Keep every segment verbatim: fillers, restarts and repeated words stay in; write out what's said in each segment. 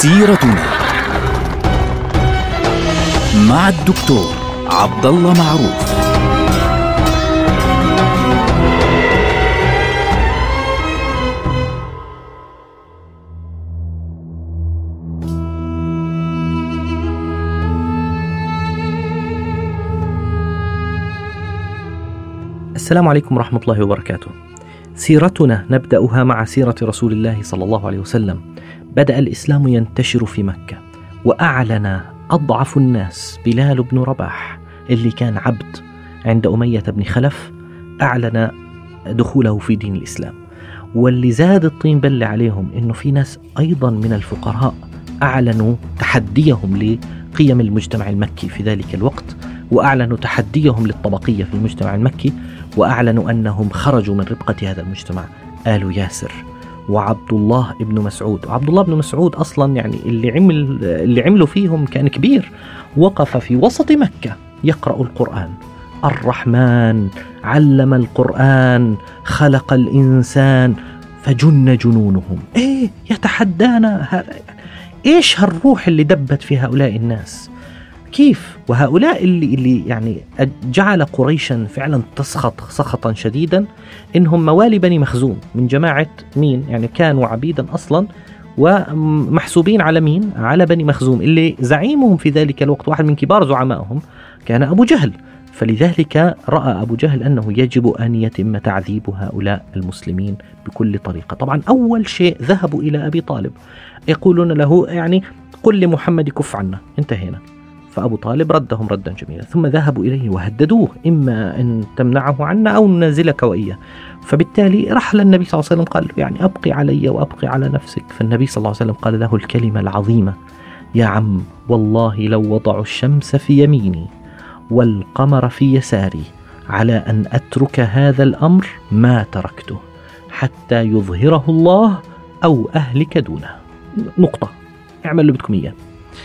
سيرتنا مع الدكتور عبد الله معروف. السلام عليكم ورحمة الله وبركاته. سيرتنا نبدأها مع سيرة رسول الله صلى الله عليه وسلم. بدأ الإسلام ينتشر في مكة، وأعلن أضعف الناس بلال بن رباح اللي كان عبد عند أمية بن خلف، أعلن دخوله في دين الإسلام. واللي زاد الطين بلة عليهم إنه في ناس أيضا من الفقراء أعلنوا تحديهم لقيم المجتمع المكي في ذلك الوقت، وأعلنوا تحديهم للطبقية في المجتمع المكي، وأعلنوا أنهم خرجوا من ربقة هذا المجتمع، آل ياسر وعبد الله بن مسعود. وعبد الله بن مسعود أصلا يعني اللي عمل اللي عملوا فيهم كان كبير، وقف في وسط مكة يقرأ القرآن. الرحمن علم القرآن خلق الإنسان فجن جنونهم. إيه يتحدانا هذا؟ إيش هالروح اللي دبت في هؤلاء الناس؟ كيف؟ وهؤلاء اللي, اللي يعني جعل قريشا فعلا تسخط سخطا شديدا إنهم موالي بني مخزوم من جماعة مين؟ يعني كانوا عبيدا أصلا ومحسوبين على مين؟ على بني مخزوم، اللي زعيمهم في ذلك الوقت واحد من كبار زعمائهم كان أبو جهل. فلذلك رأى أبو جهل أنه يجب أن يتم تعذيب هؤلاء المسلمين بكل طريقة. طبعا أول شيء ذهبوا إلى أبي طالب يقولون له يعني قل لمحمد كف عنا، انتهينا. فأبو طالب ردهم ردا جميلا، ثم ذهبوا إليه وهددوه إما أن تمنعه عنا أو ننزلك وإياه. فبالتالي رحل النبي صلى الله عليه وسلم قال يعني أبقي علي وأبقي على نفسك. فالنبي صلى الله عليه وسلم قال له الكلمة العظيمة: يا عم، والله لو وضعوا الشمس في يميني والقمر في يساري على أن أترك هذا الأمر ما تركته حتى يظهره الله أو أهلك دونه. نقطة، اعمل اللي بدكم إياه.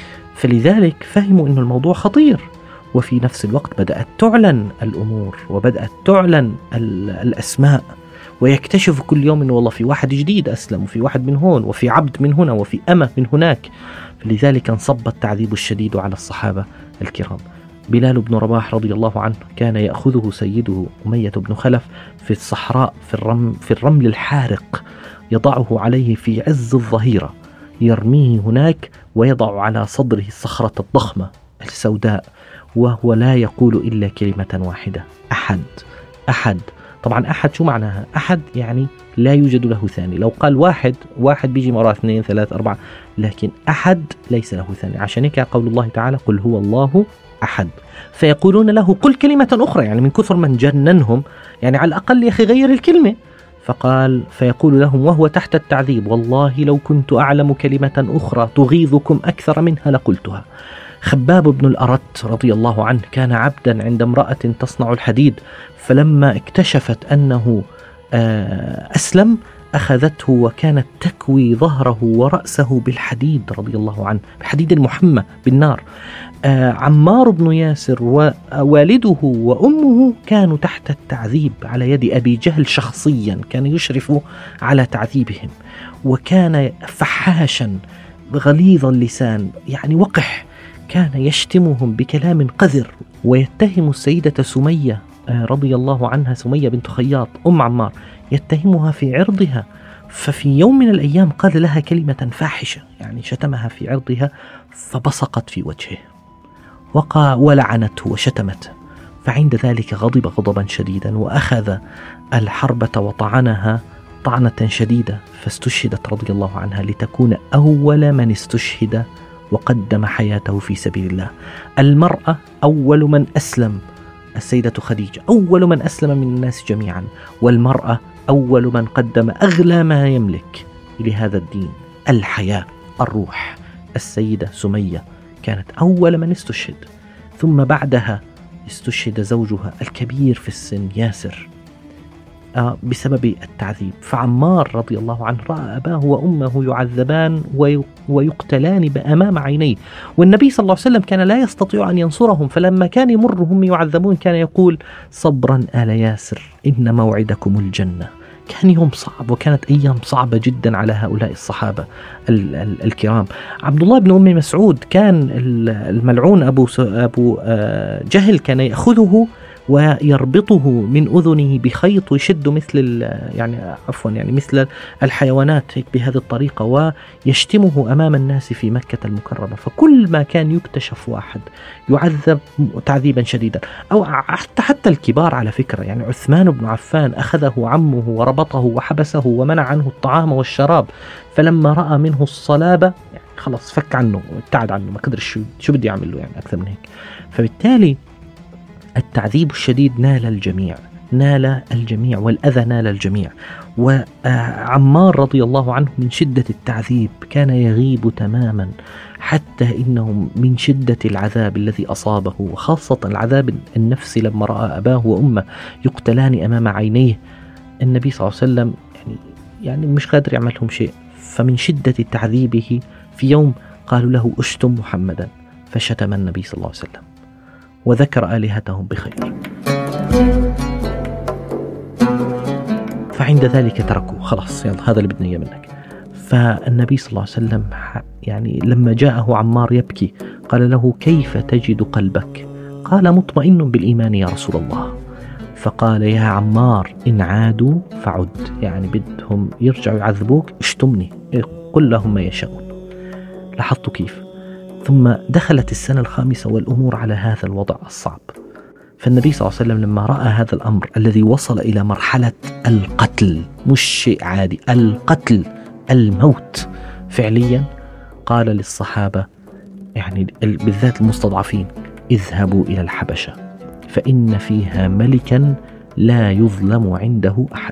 فلذلك فهموا أن الموضوع خطير. وفي نفس الوقت بدأت تعلن الأمور وبدأت تعلن الأسماء، ويكتشف كل يوم أنه والله في واحد جديد أسلم، وفي واحد من هون، وفي عبد من هنا، وفي أمة من هناك. فلذلك انصب التعذيب الشديد على الصحابة الكرام. بلال بن رباح رضي الله عنه كان يأخذه سيده أمية بن خلف في الصحراء في الرمل, في الرمل الحارق، يضعه عليه في عز الظهيرة، يرميه هناك ويضع على صدره الصخرة الضخمة السوداء، وهو لا يقول إلا كلمة واحدة: أحد أحد. طبعا أحد شو معناها؟ أحد يعني لا يوجد له ثاني. لو قال واحد، واحد بيجي مرة اثنين ثلاث أربعة، لكن أحد ليس له ثاني. عشان هيك قول الله تعالى: قل هو الله أحد. فيقولون له: قل كلمة أخرى، يعني من كثر من جننهم يعني على الأقل يا أخي غير الكلمة. فقال فيقول لهم وهو تحت التعذيب: والله لو كنت أعلم كلمة أخرى تغيظكم أكثر منها لقلتها. خباب بن الأرت رضي الله عنه كان عبدا عند امرأة تصنع الحديد، فلما اكتشفت أنه أسلم أخذته وكانت تكوي ظهره ورأسه بالحديد رضي الله عنه، بحديد المحمى بالنار. آه عمار بن ياسر ووالده وأمه كانوا تحت التعذيب على يد أبي جهل شخصيا، كان يشرف على تعذيبهم، وكان فحاشا غليظ اللسان يعني وقح، كان يشتمهم بكلام قذر، ويتهم السيدة سمية آه رضي الله عنها، سمية بنت خياط أم عمار، يتهمها في عرضها. ففي يوم من الأيام قال لها كلمة فاحشة، يعني شتمها في عرضها، فبصقت في وجهه وقا ولعنته وشتمته. فعند ذلك غضب غضبا شديدا، وأخذ الحربة وطعنها طعنة شديدة، فاستشهدت رضي الله عنها لتكون أول من استشهد وقدم حياته في سبيل الله. المرأة أول من أسلم، السيدة خديجة أول من أسلم من الناس جميعا، والمرأة أول من قدم أغلى ما يملك لهذا الدين: الحياة، الروح. السيدة سمية كانت أول من استشهد، ثم بعدها استشهد زوجها الكبير في السن ياسر آه بسبب التعذيب. فعمار رضي الله عنه رأى أباه وأمه يعذبان ويقتلان أمام عينيه، والنبي صلى الله عليه وسلم كان لا يستطيع أن ينصرهم، فلما كان يمرهم يعذبون كان يقول: صبرا آل ياسر إن موعدكم الجنة. كان يوم صعب وكانت أيام صعبة جدا على هؤلاء الصحابة ال- ال- الكرام. عبد الله بن أم مسعود كان الملعون أبو, أبو جهل كان يأخذه ويربطه من أذنه بخيط ويشد مثل يعني عفوا يعني مثل الحيوانات هيك بهذه الطريقة، ويشتمه أمام الناس في مكة المكرمة. فكل ما كان يكتشف واحد يعذب تعذيبا شديدا، أو حتى حتى الكبار على فكرة. يعني عثمان بن عفان أخذه عمه وربطه وحبسه ومنع عنه الطعام والشراب، فلما رأى منه الصلابة يعني خلاص فك عنه وابتعد عنه، ما قدر شو شو بدي أعمل له يعني أكثر من هيك. فبالتالي التعذيب الشديد نال الجميع، نال الجميع والأذى نال الجميع. وعمار رضي الله عنه من شدة التعذيب كان يغيب تماما، حتى إنه من شدة العذاب الذي أصابه، وخاصة العذاب النفسي لما رأى أباه وأمه يقتلان أمام عينيه، النبي صلى الله عليه وسلم يعني, يعني مش قادر يعملهم شيء. فمن شدة تعذيبه في يوم قالوا له اشتم محمدا، فشتم النبي صلى الله عليه وسلم وذكر آلهتهم بخير، فعند ذلك تركوا خلاص، يلا هذا اللي بدنا إياه منك. فالنبي صلى الله عليه وسلم يعني لما جاءه عمار يبكي قال له كيف تجد قلبك؟ قال مطمئن بالإيمان يا رسول الله. فقال يا عمار إن عادوا فعد، يعني بدهم يرجعوا يعذبوك اشتمني، قل لهم ما يشاءون. لاحظتوا كيف؟ ثم دخلت السنة الخامسة والأمور على هذا الوضع الصعب. فالنبي صلى الله عليه وسلم لما رأى هذا الأمر الذي وصل إلى مرحلة القتل، مش شيء عادي، القتل، الموت فعليا، قال للصحابة يعني بالذات المستضعفين اذهبوا إلى الحبشة فإن فيها ملكا لا يظلم عنده أحد.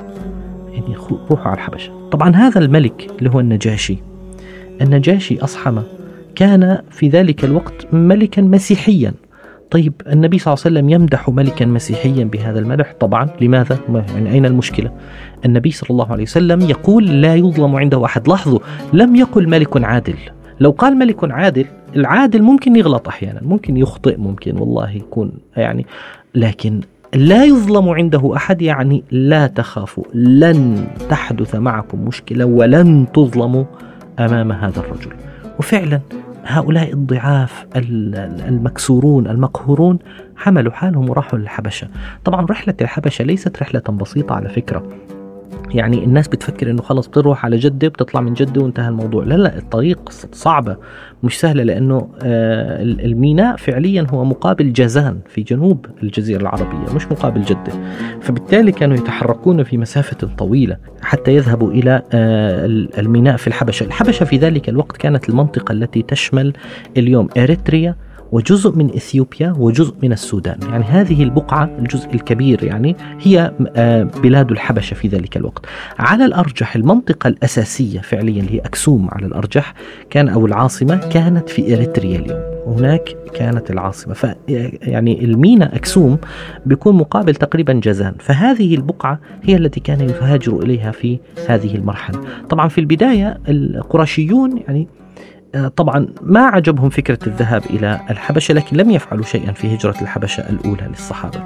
يعني روحوا على الحبشة. طبعا هذا الملك اللي هو النجاشي، النجاشي أصحمه كان في ذلك الوقت ملكا مسيحيا. طيب النبي صلى الله عليه وسلم يمدح ملكا مسيحيا بهذا المدح، طبعا لماذا؟ يعني أين المشكلة؟ النبي صلى الله عليه وسلم يقول لا يظلم عنده أحد. لاحظوا لم يقل ملك عادل. لو قال ملك عادل، العادل ممكن يغلط أحيانا، ممكن يخطئ، ممكن والله يكون يعني، لكن لا يظلم عنده أحد يعني لا تخافوا، لن تحدث معكم مشكلة ولن تظلموا أمام هذا الرجل. وفعلا هؤلاء الضعاف المكسورون المقهورون حملوا حالهم وراحوا للحبشة. طبعا رحلة الحبشة ليست رحلة بسيطة على فكرة، يعني الناس بتفكر انه خلص بتروح على جدة بتطلع من جدة وانتهى الموضوع. لا لا، الطريق صعبة مش سهلة، لانه الميناء فعليا هو مقابل جازان في جنوب الجزيرة العربية، مش مقابل جدة. فبالتالي كانوا يتحركون في مسافة طويلة حتى يذهبوا الى الميناء في الحبشة. الحبشة في ذلك الوقت كانت المنطقة التي تشمل اليوم إريتريا وجزء من إثيوبيا وجزء من السودان. يعني هذه البقعة الجزء الكبير يعني هي بلاد الحبشة في ذلك الوقت. على الأرجح المنطقة الأساسية فعليا اللي هي أكسوم على الأرجح كان، أو العاصمة كانت في إريتريا اليوم، هناك كانت العاصمة. ف يعني الميناء أكسوم بيكون مقابل تقريبا جازان. فهذه البقعة هي التي كان يهاجر إليها في هذه المرحلة. طبعا في البداية القرشيون يعني طبعا ما عجبهم فكرة الذهاب إلى الحبشة، لكن لم يفعلوا شيئا في هجرة الحبشة الأولى للصحابة.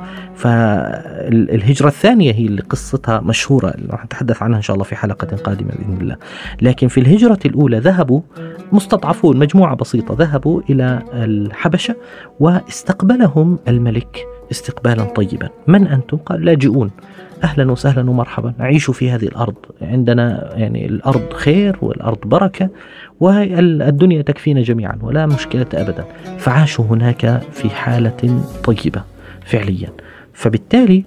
فالهجرة الثانية هي اللي قصتها مشهورة، راح نتحدث عنها إن شاء الله في حلقة قادمة بإذن الله. لكن في الهجرة الأولى ذهبوا مستضعفون، مجموعة بسيطة ذهبوا إلى الحبشة واستقبلهم الملك استقبالا طيبا. من أنتم؟ قال لاجئون، أهلا وسهلا ومرحبا، نعيش في هذه الأرض، عندنا يعني الأرض خير والأرض بركة والدنيا تكفينا جميعا ولا مشكلة أبدا. فعاشوا هناك في حالة طيبة فعليا. فبالتالي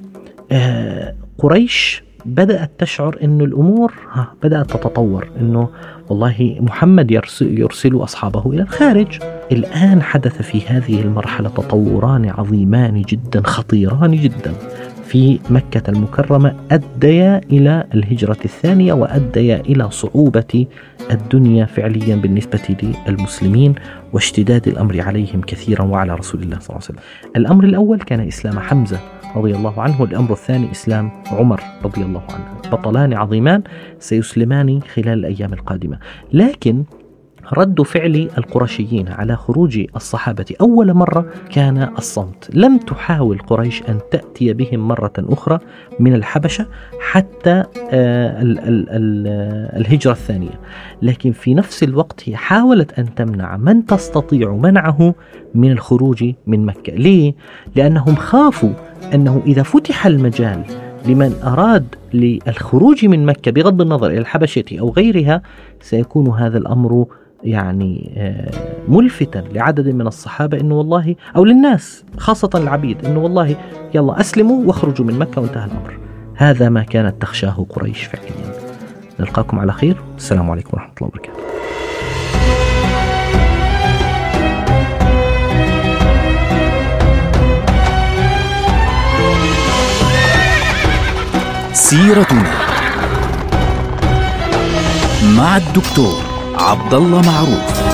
قريش بدأت تشعر أن الأمور بدأت تتطور، أنه والله محمد يرسل, يرسل أصحابه إلى الخارج. الآن حدث في هذه المرحلة تطوران عظيمان جدا خطيران جدا في مكة المكرمة، أديا إلى الهجرة الثانية وأديا إلى صعوبة الدنيا فعليا بالنسبة للمسلمين واشتداد الأمر عليهم كثيرا وعلى رسول الله صلى الله عليه وسلم. الأمر الأول كان إسلام حمزة رضي الله عنه، والأمر الثاني إسلام عمر رضي الله عنه، بطلان عظيمان سيسلمان خلال الأيام القادمة. لكن رد فعل القرشيين على خروج الصحابة أول مرة كان الصمت. لم تحاول قريش أن تأتي بهم مرة أخرى من الحبشة حتى ال ال ال الهجرة الثانية، لكن في نفس الوقت هي حاولت أن تمنع من تستطيع منعه من الخروج من مكة. ليه؟ لأنهم خافوا أنه إذا فتح المجال لمن أراد للخروج من مكة بغض النظر إلى الحبشة أو غيرها، سيكون هذا الأمر يعني ملفتا لعدد من الصحابة إنه والله، أو للناس خاصة العبيد، إنه والله يلا أسلموا واخرجوا من مكة وانتهى الأمر. هذا ما كانت تخشاه قريش فعليا. نلقاكم على خير. السلام عليكم ورحمة الله وبركاته. سيرتنا مع الدكتور عبد الله معروف.